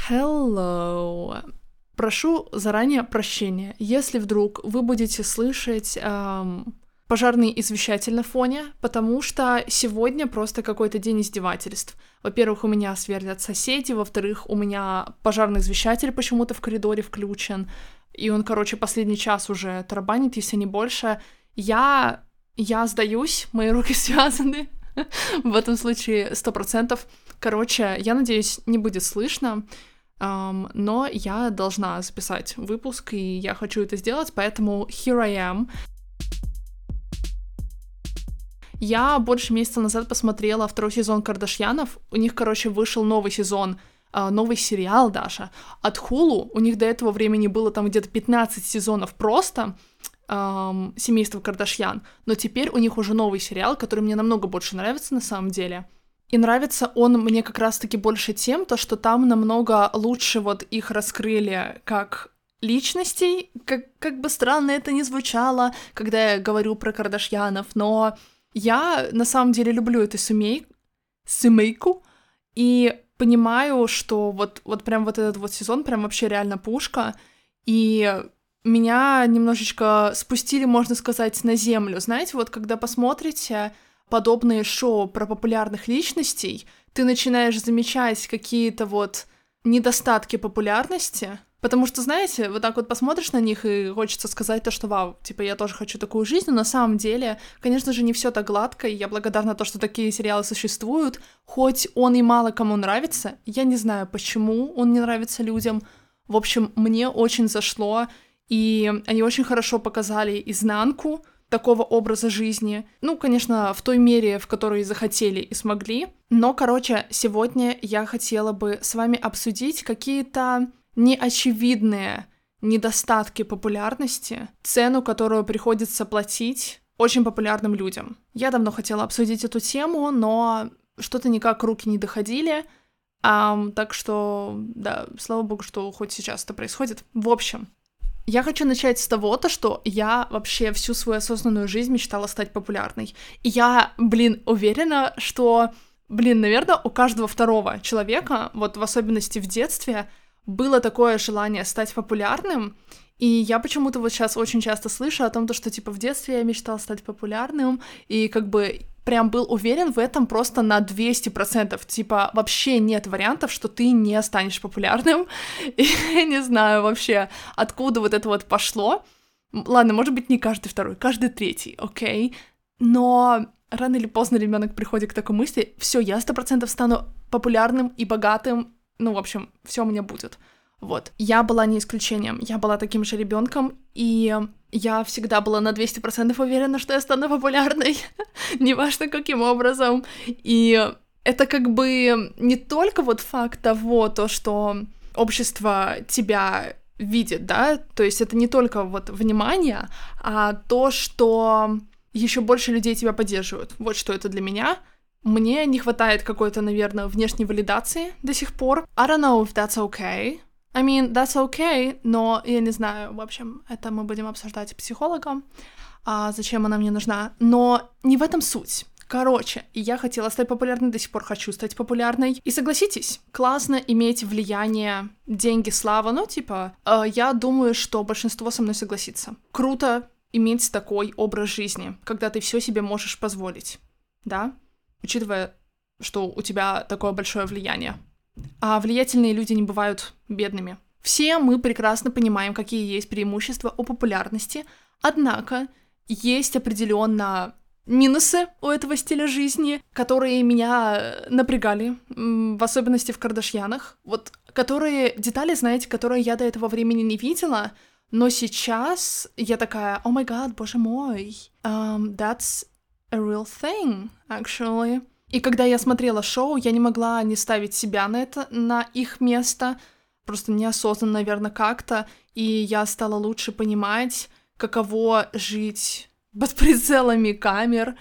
Hello. Прошу заранее прощения, если вдруг вы будете слышать пожарный извещатель на фоне, потому что сегодня просто какой-то день издевательств. Во-первых, у меня сверлят соседи, во-вторых, у меня пожарный извещатель почему-то в коридоре включен, и он, последний час уже тарабанит, если не больше. Я сдаюсь, мои руки связаны, в этом случае 100%. Я надеюсь, не будет слышно, но я должна записать выпуск, и я хочу это сделать, поэтому here I am. Я больше месяца назад посмотрела второй сезон «Кардашьянов». У них, вышел новый сезон, новый сериал даже. От Hulu у них до этого времени было там где-то 15 сезонов просто «Семейство Кардашьян». Но теперь у них уже новый сериал, который мне намного больше нравится на самом деле. И нравится он мне как раз-таки больше тем, что там намного лучше их раскрыли как личностей. Как бы странно это ни звучало, когда я говорю про Кардашьянов, но я на самом деле люблю эту семейку и понимаю, что прям этот сезон прям вообще реально пушка, и меня немножечко спустили, можно сказать, на землю. Знаете, когда посмотрите подобные шоу про популярных личностей, ты начинаешь замечать какие-то недостатки популярности, потому что, знаете, посмотришь на них и хочется сказать то, что вау, я тоже хочу такую жизнь, но на самом деле, конечно же, не все так гладко, и я благодарна то, что такие сериалы существуют, хоть он и мало кому нравится, я не знаю, почему он не нравится людям, в общем, мне очень зашло, и они очень хорошо показали изнанку такого образа жизни. Конечно, в той мере, в которой захотели и смогли. Но, сегодня я хотела бы с вами обсудить какие-то неочевидные недостатки популярности, цену, которую приходится платить очень популярным людям. Я давно хотела обсудить эту тему, но что-то никак руки не доходили. Так что, да, слава богу, что хоть сейчас это происходит. В общем, я хочу начать с того, что я вообще всю свою осознанную жизнь мечтала стать популярной. И я, уверена, что, наверное, у каждого второго человека, в особенности в детстве, было такое желание стать популярным. И я почему-то сейчас очень часто слышу о том, что, в детстве я мечтала стать популярным, и прям был уверен в этом просто на 200%. Вообще нет вариантов, что ты не станешь популярным. И я не знаю вообще, откуда это пошло. Ладно, может быть, не каждый второй, каждый третий, окей? Но рано или поздно ребенок приходит к такой мысли: все, я 100% стану популярным и богатым. В общем, все у меня будет. Я была не исключением, я была таким же ребенком, и я всегда была на 200% уверена, что я стану популярной, неважно каким образом. И это не только факт того, что общество тебя видит, да, то есть это не только внимание, а то, что еще больше людей тебя поддерживают. Вот что это для меня. Мне не хватает какой-то, наверное, внешней валидации до сих пор. I don't know if that's okay. I mean, that's okay, но я не знаю, в общем, это мы будем обсуждать с психологом, зачем она мне нужна, но не в этом суть. Я хотела стать популярной, до сих пор хочу стать популярной. И согласитесь, классно иметь влияние, деньги, слава, я думаю, что большинство со мной согласится. Круто иметь такой образ жизни, когда ты все себе можешь позволить, да, учитывая, что у тебя такое большое влияние. А влиятельные люди не бывают бедными. Все мы прекрасно понимаем, какие есть преимущества у популярности, однако есть определенно минусы у этого стиля жизни, которые меня напрягали, в особенности в Кардашьянах, которые детали, знаете, которые я до этого времени не видела, но сейчас я такая: о май гад, боже мой, that's a real thing, actually. И когда я смотрела шоу, я не могла не ставить себя на их место, просто неосознанно, наверное, как-то, и я стала лучше понимать, каково жить под прицелами камер,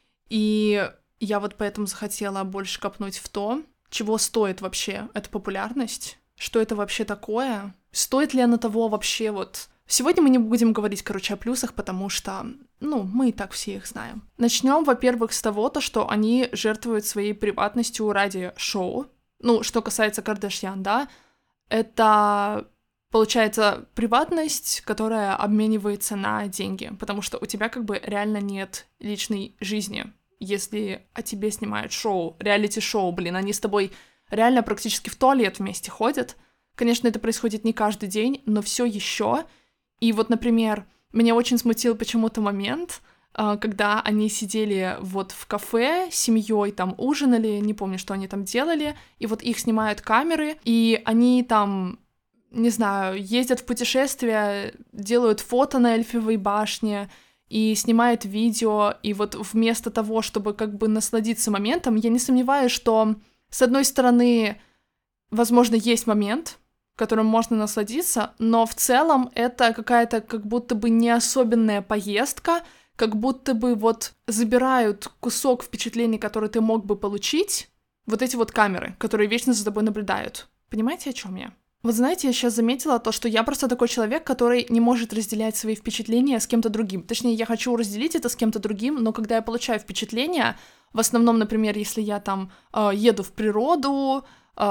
и я поэтому захотела больше копнуть в то, чего стоит вообще эта популярность, что это вообще такое, стоит ли оно того вообще Сегодня мы не будем говорить, о плюсах, потому что, мы и так все их знаем. Начнем, во-первых, с того, что они жертвуют своей приватностью ради шоу. Что касается Кардашьян, да, это, получается, приватность, которая обменивается на деньги, потому что у тебя как бы реально нет личной жизни, если о тебе снимают шоу, реалити-шоу, блин, они с тобой реально практически в туалет вместе ходят. Конечно, это происходит не каждый день, но все еще. И вот, например, меня очень смутил почему-то момент, когда они сидели вот в кафе с семьей, там ужинали, не помню, что они там делали, и вот их снимают камеры, и они там, не знаю, ездят в путешествия, делают фото на Эльфовой башне и снимают видео, и вот вместо того, чтобы как бы насладиться моментом, я не сомневаюсь, что, с одной стороны, возможно, есть момент, которым можно насладиться, но в целом это какая-то как будто бы не особенная поездка, как будто бы вот забирают кусок впечатлений, который ты мог бы получить, вот эти вот камеры, которые вечно за тобой наблюдают. Понимаете, о чем я? Вот знаете, я сейчас заметила то, что я просто такой человек, который не может разделять свои впечатления с кем-то другим. Точнее, я хочу разделить это с кем-то другим, но когда я получаю впечатления, в основном, например, если я там еду в природу,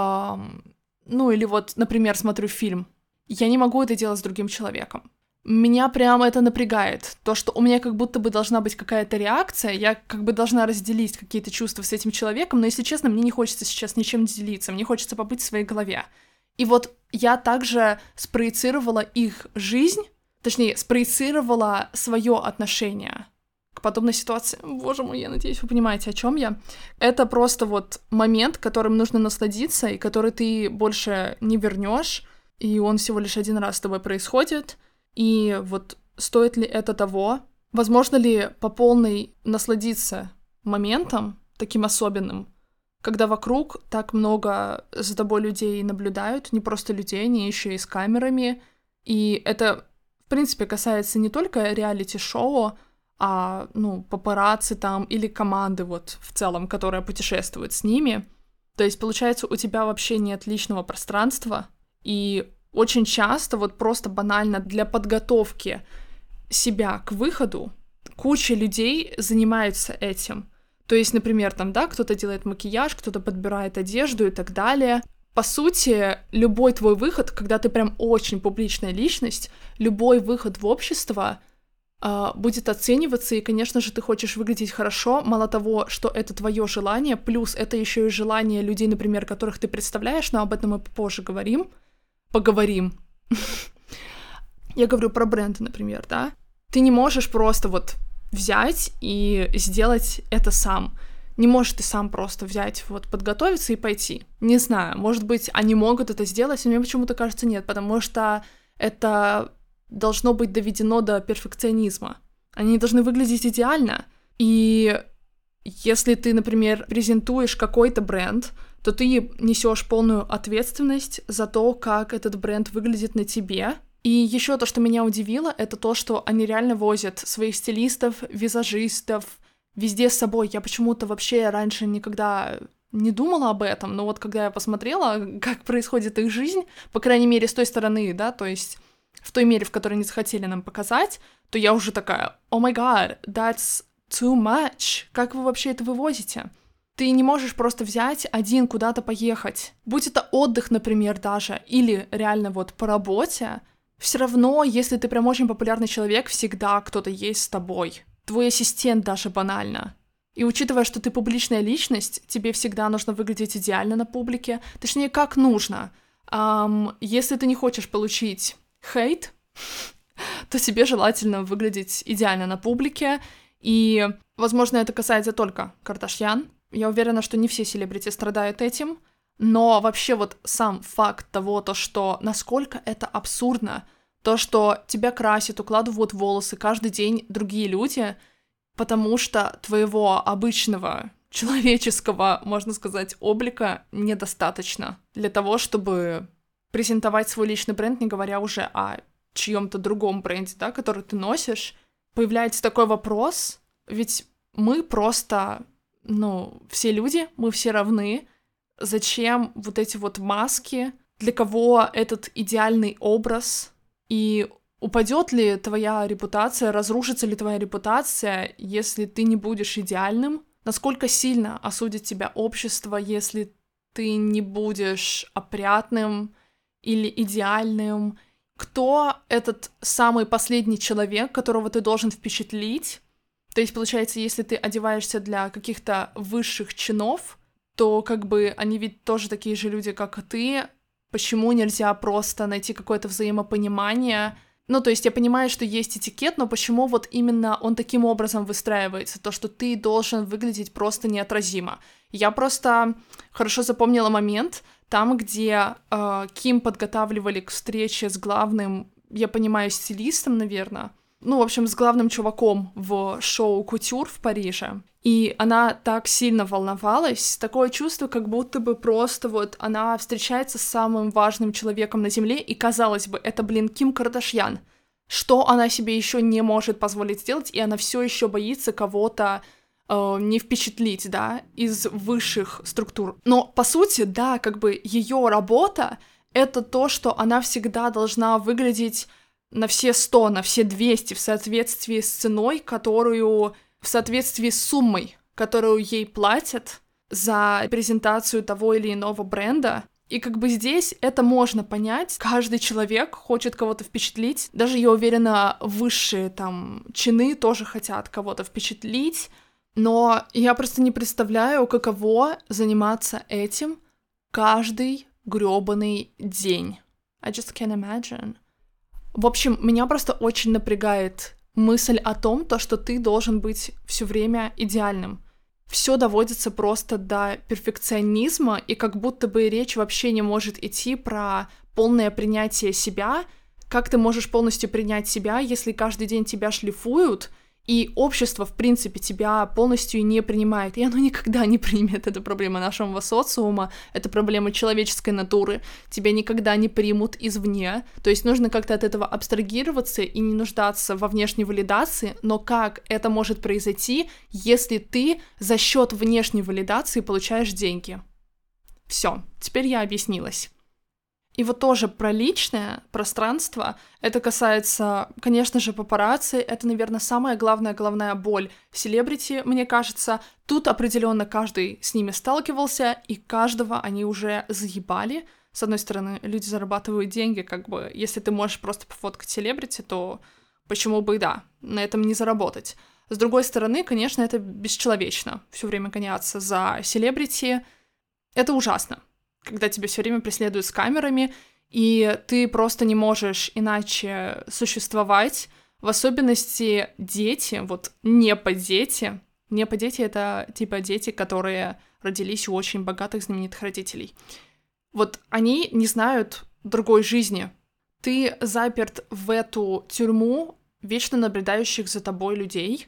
ну или вот, например, смотрю фильм, я не могу это делать с другим человеком. Меня прямо это напрягает. То, что у меня как будто бы должна быть какая-то реакция, я как бы должна разделить какие-то чувства с этим человеком, но, если честно, мне не хочется сейчас ничем делиться, мне хочется побыть в своей голове. И вот я также спроецировала их жизнь, точнее, спроецировала свое отношение к подобной ситуации. Боже мой, я надеюсь, вы понимаете, о чем я. Это просто вот момент, которым нужно насладиться, и который ты больше не вернешь, и он всего лишь один раз с тобой происходит. И вот стоит ли это того? Возможно ли по полной насладиться моментом таким особенным, когда вокруг так много за тобой людей наблюдают, не просто людей, они еще и с камерами. И это, в принципе, касается не только реалити-шоу, а, папарацци там или команды вот в целом, которая путешествует с ними. То есть, получается, у тебя вообще нет личного пространства, и очень часто вот просто банально для подготовки себя к выходу куча людей занимаются этим. То есть, например, там, да, кто-то делает макияж, кто-то подбирает одежду и так далее. По сути, любой твой выход, когда ты прям очень публичная личность, любой выход в общество будет оцениваться, и, конечно же, ты хочешь выглядеть хорошо. Мало того, что это твое желание, плюс это еще и желание людей, например, которых ты представляешь, но об этом мы позже поговорим. Я говорю про бренды, например, да? Ты не можешь просто вот взять и сделать это сам. Не можешь ты сам просто взять, вот, подготовиться и пойти. Не знаю, может быть, они могут это сделать, но мне почему-то кажется, нет, потому что это должно быть доведено до перфекционизма. Они должны выглядеть идеально. И если ты, например, презентуешь какой-то бренд, то ты несешь полную ответственность за то, как этот бренд выглядит на тебе. И еще то, что меня удивило, это то, что они реально возят своих стилистов, визажистов везде с собой. Я почему-то вообще раньше никогда не думала об этом, но вот когда я посмотрела, как происходит их жизнь, по крайней мере, с той стороны, да, то есть в той мере, в которой они захотели нам показать, то я уже такая: «Oh my god, that's too much! Как вы вообще это вывозите?» Ты не можешь просто взять один куда-то поехать. Будь это отдых, например, даже, или реально вот по работе, все равно, если ты прям очень популярный человек, всегда кто-то есть с тобой. Твой ассистент даже банально. И учитывая, что ты публичная личность, тебе всегда нужно выглядеть идеально на публике. Точнее, как нужно. Если ты не хочешь получить хейт, то тебе желательно выглядеть идеально на публике. И, возможно, это касается только Кардашьян. Я уверена, что не все селебрити страдают этим. Но вообще вот сам факт того, то, что насколько это абсурдно, то, что тебя красят, укладывают волосы каждый день другие люди, потому что твоего обычного человеческого, можно сказать, облика недостаточно для того, чтобы презентовать свой личный бренд, не говоря уже о чьем-то другом бренде, да, который ты носишь. Появляется такой вопрос, ведь мы просто, все люди, мы все равны. Зачем вот эти вот маски? Для кого этот идеальный образ? И упадет ли твоя репутация, разрушится ли твоя репутация, если ты не будешь идеальным? Насколько сильно осудит тебя общество, если ты не будешь опрятным или идеальным? Кто этот самый последний человек, которого ты должен впечатлить? То есть, получается, если ты одеваешься для каких-то высших чинов, то как бы они ведь тоже такие же люди, как и ты. Почему нельзя просто найти какое-то взаимопонимание? Ну, то есть я понимаю, что есть этикет, но почему вот именно он таким образом выстраивается? То, что ты должен выглядеть просто неотразимо. Я просто хорошо запомнила момент, там, где Ким подготавливали к встрече с главным, я понимаю, стилистом, наверное, ну, в общем, с главным чуваком в шоу «Кутюр» в Париже. И она так сильно волновалась, такое чувство, как будто бы просто вот она встречается с самым важным человеком на Земле, и, казалось бы, это, Ким Кардашьян. Что она себе еще не может позволить сделать, и она все еще боится кого-то не впечатлить, да, из высших структур. Но, по сути, да, как бы ее работа — это то, что она всегда должна выглядеть на все 100, на все 200 в соответствии с ценой, в соответствии с суммой, которую ей платят за презентацию того или иного бренда. И как бы здесь это можно понять. Каждый человек хочет кого-то впечатлить. Даже, я уверена, высшие там чины тоже хотят кого-то впечатлить. Но я просто не представляю, каково заниматься этим каждый грёбаный день. I just can't imagine. В общем, меня просто очень напрягает мысль о том, что ты должен быть все время идеальным. Все доводится просто до перфекционизма, и как будто бы речь вообще не может идти про полное принятие себя. Как ты можешь полностью принять себя, если каждый день тебя шлифуют, и общество, в принципе, тебя полностью не принимает, и оно никогда не примет. Это проблема нашего социума, это проблема человеческой натуры. Тебя никогда не примут извне. То есть нужно как-то от этого абстрагироваться и не нуждаться во внешней валидации, но как это может произойти, если ты за счет внешней валидации получаешь деньги? Все, теперь я объяснилась. И вот тоже про личное пространство, это касается, конечно же, папарацци, это, наверное, самая главная головная боль селебрити, мне кажется. Тут определенно каждый с ними сталкивался, и каждого они уже заебали. С одной стороны, люди зарабатывают деньги, как бы, если ты можешь просто пофоткать селебрити, то почему бы и да, на этом не заработать. С другой стороны, конечно, это бесчеловечно, все время гоняться за селебрити, это ужасно. Когда тебя все время преследуют с камерами, и ты просто не можешь иначе существовать. В особенности дети, вот неподети. Неподети — это типа дети, которые родились у очень богатых, знаменитых родителей. Вот они не знают другой жизни. Ты заперт в эту тюрьму вечно наблюдающих за тобой людей.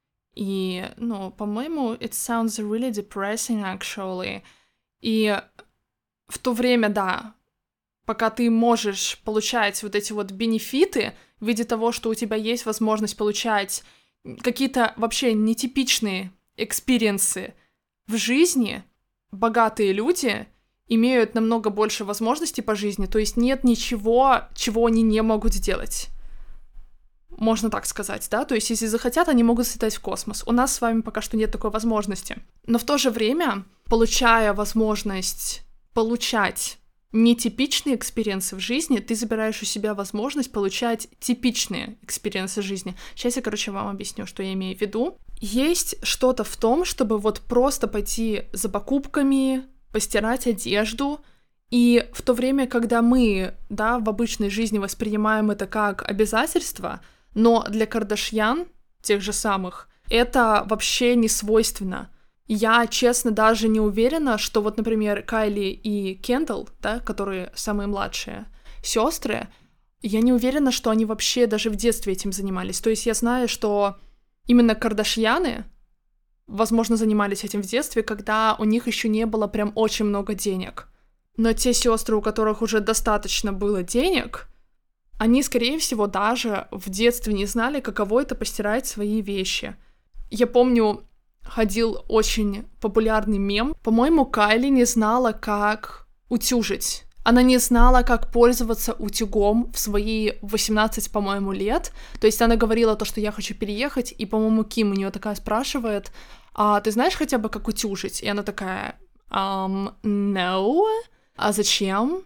И, по-моему, it sounds really depressing, actually. И в то время, да, пока ты можешь получать вот эти вот бенефиты в виде того, что у тебя есть возможность получать какие-то вообще нетипичные экспириенсы в жизни, богатые люди имеют намного больше возможностей по жизни, то есть нет ничего, чего они не могут сделать. Можно так сказать, да? То есть если захотят, они могут слетать в космос. У нас с вами пока что нет такой возможности. Но в то же время, получая возможность получать нетипичные экспириенсы в жизни, ты забираешь у себя возможность получать типичные экспириенсы жизни. Сейчас я, вам объясню, что я имею в виду. Есть что-то в том, чтобы вот просто пойти за покупками, постирать одежду, и в то время, когда мы, да, в обычной жизни воспринимаем это как обязательство, но для Кардашьян, тех же самых, это вообще не свойственно. Я, честно, даже не уверена, что вот, например, Кайли и Кендалл, да, которые самые младшие сестры, я не уверена, что они вообще даже в детстве этим занимались. То есть я знаю, что именно Кардашьяны, возможно, занимались этим в детстве, когда у них еще не было прям очень много денег. Но те сестры, у которых уже достаточно было денег, они, скорее всего, даже в детстве не знали, каково это постирать свои вещи. Я помню, ходил очень популярный мем. По-моему, Кайли не знала, как утюжить. Она не знала, как пользоваться утюгом в свои 18, по-моему, лет. То есть она говорила то, что я хочу переехать, и, по-моему, Ким у нее такая спрашивает: а ты знаешь хотя бы, как утюжить? И она такая: no. А зачем?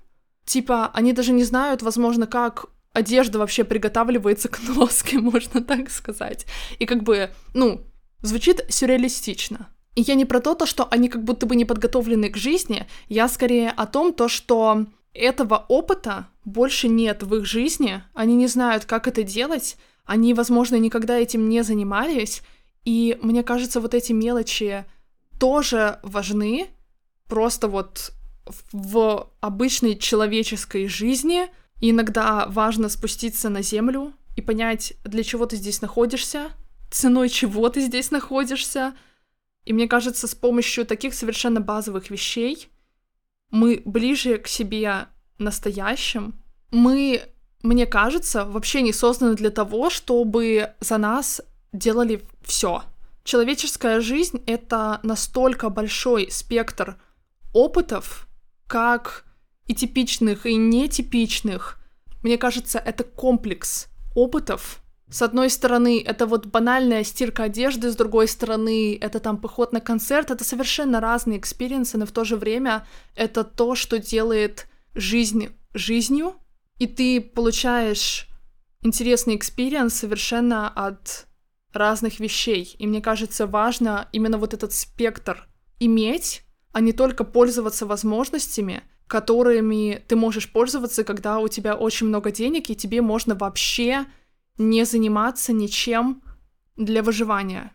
Типа, они даже не знают, возможно, как одежда вообще приготавливается к носке, можно так сказать. И как бы, звучит сюрреалистично. И я не про то, что они как будто бы не подготовлены к жизни, я скорее о том, что этого опыта больше нет в их жизни, они не знают, как это делать, они, возможно, никогда этим не занимались, и мне кажется, вот эти мелочи тоже важны, просто вот в обычной человеческой жизни иногда важно спуститься на землю и понять, для чего ты здесь находишься, ценой чего ты здесь находишься. И мне кажется, с помощью таких совершенно базовых вещей мы ближе к себе настоящим. Мы, мне кажется, вообще не созданы для того, чтобы за нас делали все. Человеческая жизнь — это настолько большой спектр опытов, как и типичных, и нетипичных. Мне кажется, это комплекс опытов. С одной стороны, это вот банальная стирка одежды, с другой стороны, это там поход на концерт. Это совершенно разные экспириенсы, но в то же время это то, что делает жизнь жизнью, и ты получаешь интересный экспириенс совершенно от разных вещей. И мне кажется, важно именно вот этот спектр иметь, а не только пользоваться возможностями, которыми ты можешь пользоваться, когда у тебя очень много денег, и тебе можно вообще не заниматься ничем для выживания.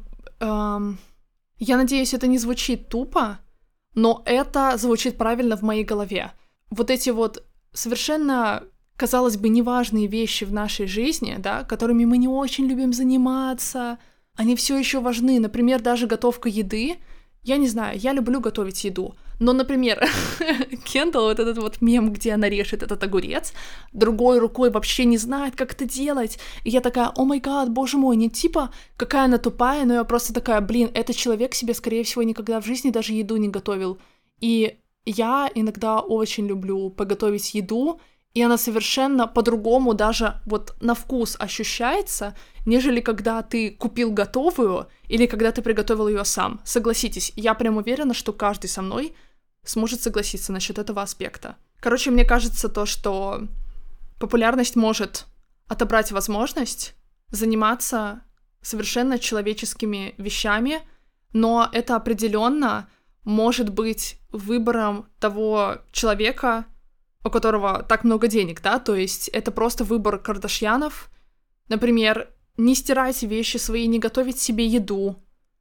Я надеюсь, это не звучит тупо, но это звучит правильно в моей голове. Вот эти вот совершенно, казалось бы, неважные вещи в нашей жизни, да, которыми мы не очень любим заниматься, они все еще важны. Например, даже готовка еды. Я не знаю, я люблю готовить еду, но, например, Кендалл, вот этот вот мем, где она режет этот огурец, другой рукой вообще не знает, как это делать, и я такая, о май гад, боже мой, не типа, какая она тупая, но я просто такая, блин, этот человек себе, скорее всего, никогда в жизни даже еду не готовил, и я иногда очень люблю поготовить еду, и она совершенно по-другому даже вот на вкус ощущается, нежели когда ты купил готовую или когда ты приготовил ее сам. Согласитесь, я прям уверена, что каждый со мной сможет согласиться насчет этого аспекта. Короче, мне кажется то, что популярность может отобрать возможность заниматься совершенно человеческими вещами, но это определенно может быть выбором того человека, у которого так много денег, да, то есть это просто выбор Кардашьянов. Например, не стирать вещи свои, не готовить себе еду.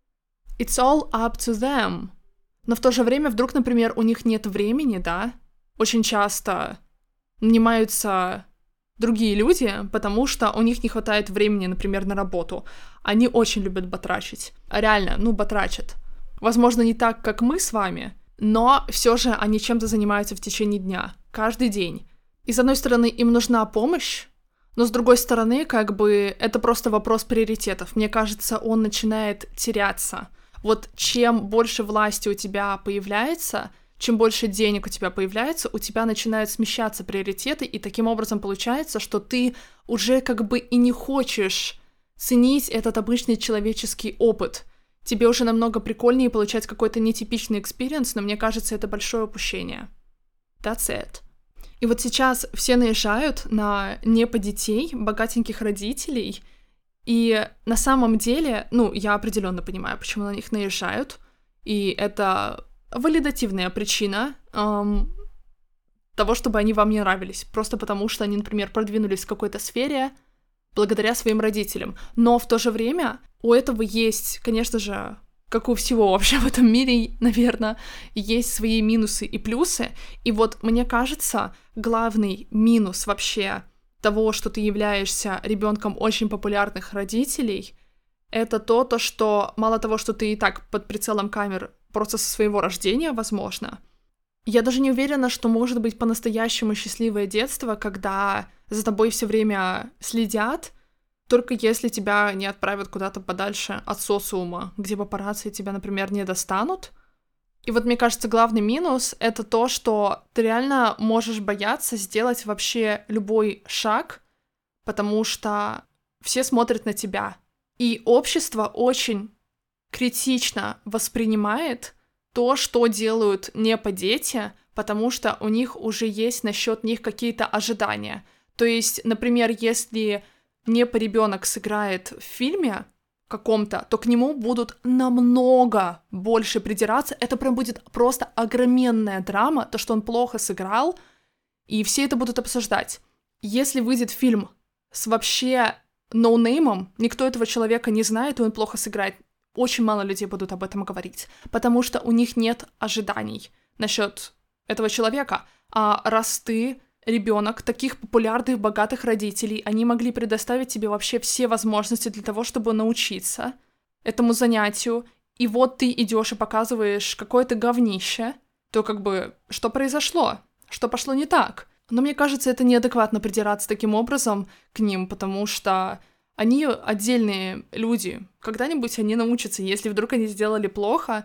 It's all up to them. Но в то же время вдруг, например, у них нет времени, да, очень часто нанимаются другие люди, потому что у них не хватает времени, например, на работу. Они очень любят батрачить. Реально, батрачат. Возможно, не так, как мы с вами, но все же они чем-то занимаются в течение дня, каждый день. И с одной стороны, им нужна помощь, но с другой стороны, как бы, это просто вопрос приоритетов. Мне кажется, он начинает теряться. Вот чем больше власти у тебя появляется, чем больше денег у тебя появляется, у тебя начинают смещаться приоритеты, и таким образом получается, что ты уже как бы и не хочешь ценить этот обычный человеческий опыт. Тебе уже намного прикольнее получать какой-то нетипичный экспириенс, но мне кажется, это большое упущение. That's it. И вот сейчас все наезжают на неподетей, богатеньких родителей, и на самом деле, я определенно понимаю, почему на них наезжают, и это валидативная причина того, чтобы они вам не нравились, просто потому что они, например, продвинулись в какой-то сфере благодаря своим родителям. Но в то же время у этого есть, конечно же, как у всего вообще в этом мире, наверное, есть свои минусы и плюсы. И вот мне кажется, главный минус вообще того, что ты являешься ребенком очень популярных родителей, это то, что мало того, что ты и так под прицелом камер просто со своего рождения, возможно, я даже не уверена, что может быть по-настоящему счастливое детство, когда за тобой все время следят, только если тебя не отправят куда-то подальше от социума, где папарацци тебя, например, не достанут. И вот мне кажется, главный минус — это то, что ты реально можешь бояться сделать вообще любой шаг, потому что все смотрят на тебя. И общество очень критично воспринимает то, что делают неподети, потому что у них уже есть насчет них какие-то ожидания. То есть, например, если ребенок сыграет в фильме каком-то, то к нему будут намного больше придираться. Это прям будет просто огроменная драма, то, что он плохо сыграл, и все это будут обсуждать. Если выйдет фильм с вообще ноунеймом, никто этого человека не знает, и он плохо сыграет, очень мало людей будут об этом говорить, потому что у них нет ожиданий насчет этого человека. А раз ты ребенок таких популярных, богатых родителей, они могли предоставить тебе вообще все возможности для того, чтобы научиться этому занятию, и вот ты идешь и показываешь какое-то говнище, то как бы что произошло? Что пошло не так? Но мне кажется, это неадекватно придираться таким образом к ним, потому что они отдельные люди. Когда-нибудь они научатся, если вдруг они сделали плохо,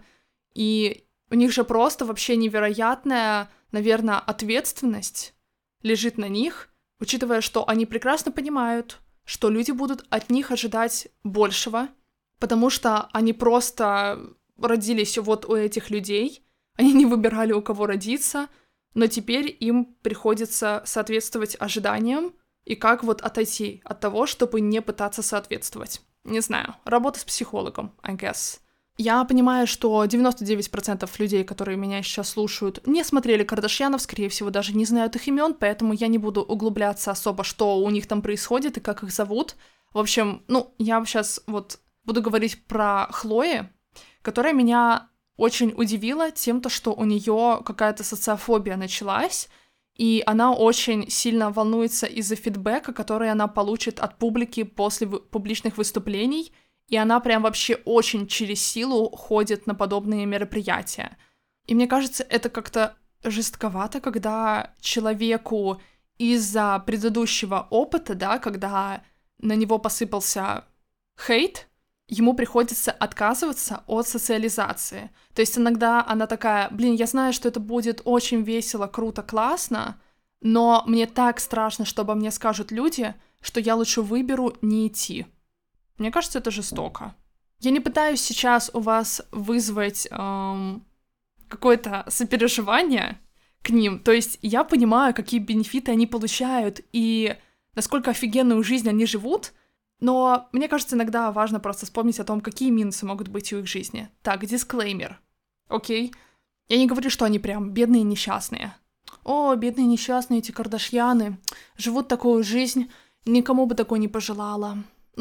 и у них же просто вообще невероятная, наверное, ответственность лежит на них, учитывая, что они прекрасно понимают, что люди будут от них ожидать большего, потому что они просто родились вот у этих людей, они не выбирали, у кого родиться, но теперь им приходится соответствовать ожиданиям, и как вот отойти от того, чтобы не пытаться соответствовать. Не знаю, работа с психологом, I guess. Я понимаю, что 99% людей, которые меня сейчас слушают, не смотрели Кардашьянов, скорее всего, даже не знают их имен, поэтому я не буду углубляться особо, что у них там происходит и как их зовут. В общем, я сейчас вот буду говорить про Хлои, которая меня очень удивила тем, что у нее какая-то социофобия началась, и она очень сильно волнуется из-за фидбэка, который она получит от публики после публичных выступлений, и она прям вообще очень через силу ходит на подобные мероприятия. И мне кажется, это как-то жестковато, когда человеку из-за предыдущего опыта, да, когда на него посыпался хейт, ему приходится отказываться от социализации. То есть иногда она такая, я знаю, что это будет очень весело, круто, классно, но мне так страшно, что обо мне скажут люди, что я лучше выберу не идти. Мне кажется, это жестоко. Я не пытаюсь сейчас у вас вызвать какое-то сопереживание к ним. То есть я понимаю, какие бенефиты они получают и насколько офигенную жизнь они живут, но мне кажется, иногда важно просто вспомнить о том, какие минусы могут быть у их жизни. Так, дисклеймер. Окей? Я не говорю, что они прям бедные и несчастные. О, бедные несчастные эти Кардашьяны. Живут такую жизнь, никому бы такой не пожелала.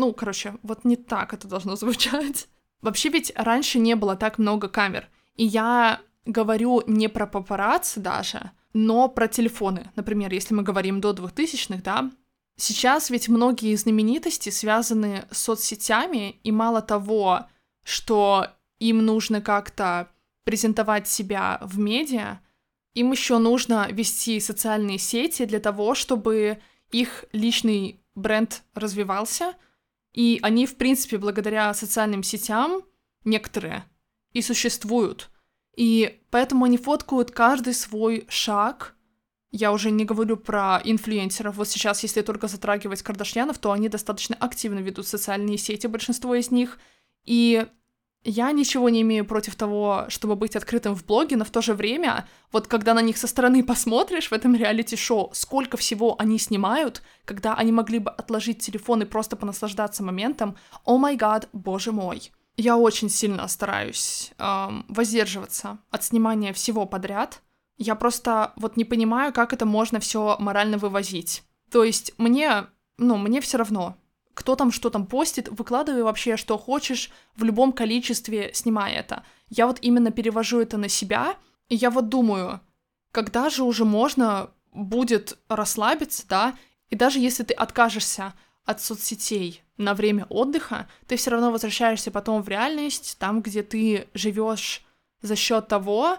Вот не так это должно звучать. Вообще ведь раньше не было так много камер. И я говорю не про папарацци даже, но про телефоны. Например, если мы говорим до 2000-х, да, сейчас ведь многие знаменитости связаны с соцсетями, и мало того, что им нужно как-то презентовать себя в медиа, им еще нужно вести социальные сети для того, чтобы их личный бренд развивался, и они, в принципе, благодаря социальным сетям, некоторые, и существуют. И поэтому они фоткают каждый свой шаг. Я уже не говорю про инфлюенсеров. Вот сейчас, если только затрагивать Кардашьянов, то они достаточно активно ведут социальные сети, большинство из них. И я ничего не имею против того, чтобы быть открытым в блоге, но в то же время, вот когда на них со стороны посмотришь в этом реалити-шоу, сколько всего они снимают, когда они могли бы отложить телефон и просто понаслаждаться моментом, о май гад, боже мой. Я очень сильно стараюсь воздерживаться от снимания всего подряд. Я просто вот не понимаю, как это можно все морально вывозить. То есть мне все равно, кто там что там постит, выкладывай вообще, что хочешь, в любом количестве снимай это. Я вот именно перевожу это на себя, и я вот думаю, когда же уже можно будет расслабиться, да, и даже если ты откажешься от соцсетей на время отдыха, ты все равно возвращаешься потом в реальность, там, где ты живешь за счет того,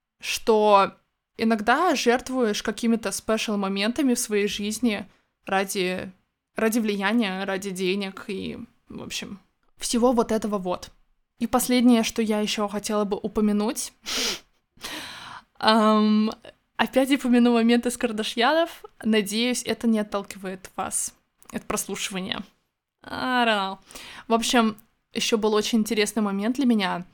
что иногда жертвуешь какими-то спешл-моментами в своей жизни ради влияния, ради денег и, в общем, всего вот этого вот. И последнее, что я еще хотела бы упомянуть, опять упомяну моменты с Кардашьянов, надеюсь, это не отталкивает вас от прослушивания. I don't know. В общем, еще был очень интересный момент для меня,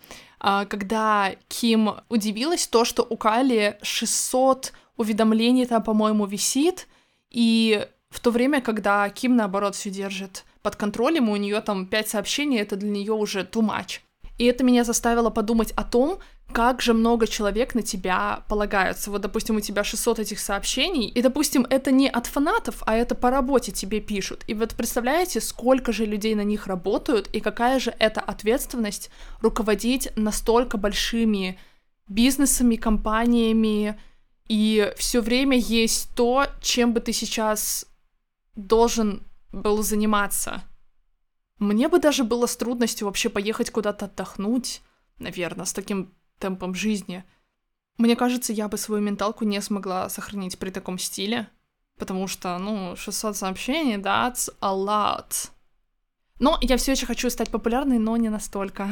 когда Ким удивилась то, что у Кайли 600 уведомлений там, по-моему, висит, и в то время, когда Ким, наоборот, все держит под контролем, и у нее там 5 сообщений, это для нее уже too much. И это меня заставило подумать о том, как же много человек на тебя полагаются. Вот, допустим, у тебя 600 этих сообщений, и, допустим, это не от фанатов, а это по работе тебе пишут. И вот представляете, сколько же людей на них работают, и какая же это ответственность руководить настолько большими бизнесами, компаниями, и все время есть то, чем бы ты сейчас должен был заниматься. Мне бы даже было с трудностью вообще поехать куда-то отдохнуть, наверное, с таким темпом жизни. Мне кажется, я бы свою менталку не смогла сохранить при таком стиле, потому что, 600 сообщений, that's a lot. Но я все еще хочу стать популярной, но не настолько.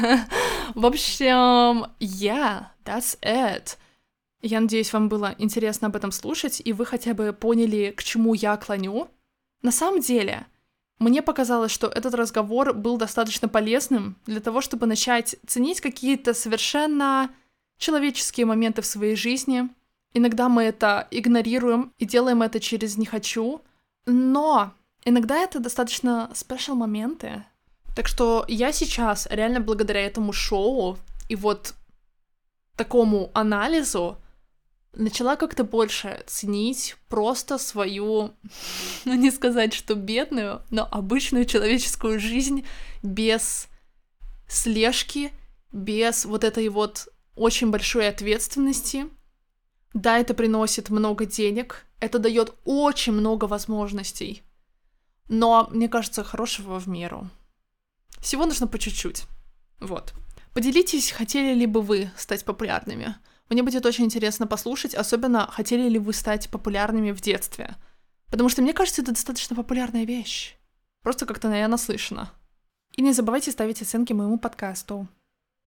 В общем, that's it. Я надеюсь, вам было интересно об этом слушать, и вы хотя бы поняли, к чему я клоню. На самом деле, мне показалось, что этот разговор был достаточно полезным для того, чтобы начать ценить какие-то совершенно человеческие моменты в своей жизни. Иногда мы это игнорируем и делаем это через «не хочу», но иногда это достаточно special моменты. Так что я сейчас реально благодаря этому шоу и вот такому анализу начала как-то больше ценить просто свою, не сказать, что бедную, но обычную человеческую жизнь без слежки, без вот этой вот очень большой ответственности. Да, это приносит много денег, это дает очень много возможностей, но, мне кажется, хорошего в меру. Всего нужно по чуть-чуть. Вот. Поделитесь, хотели ли бы вы стать популярными. Мне будет очень интересно послушать, особенно хотели ли вы стать популярными в детстве. Потому что мне кажется, это достаточно популярная вещь. Просто как-то, наверное, слышно. И не забывайте ставить оценки моему подкасту.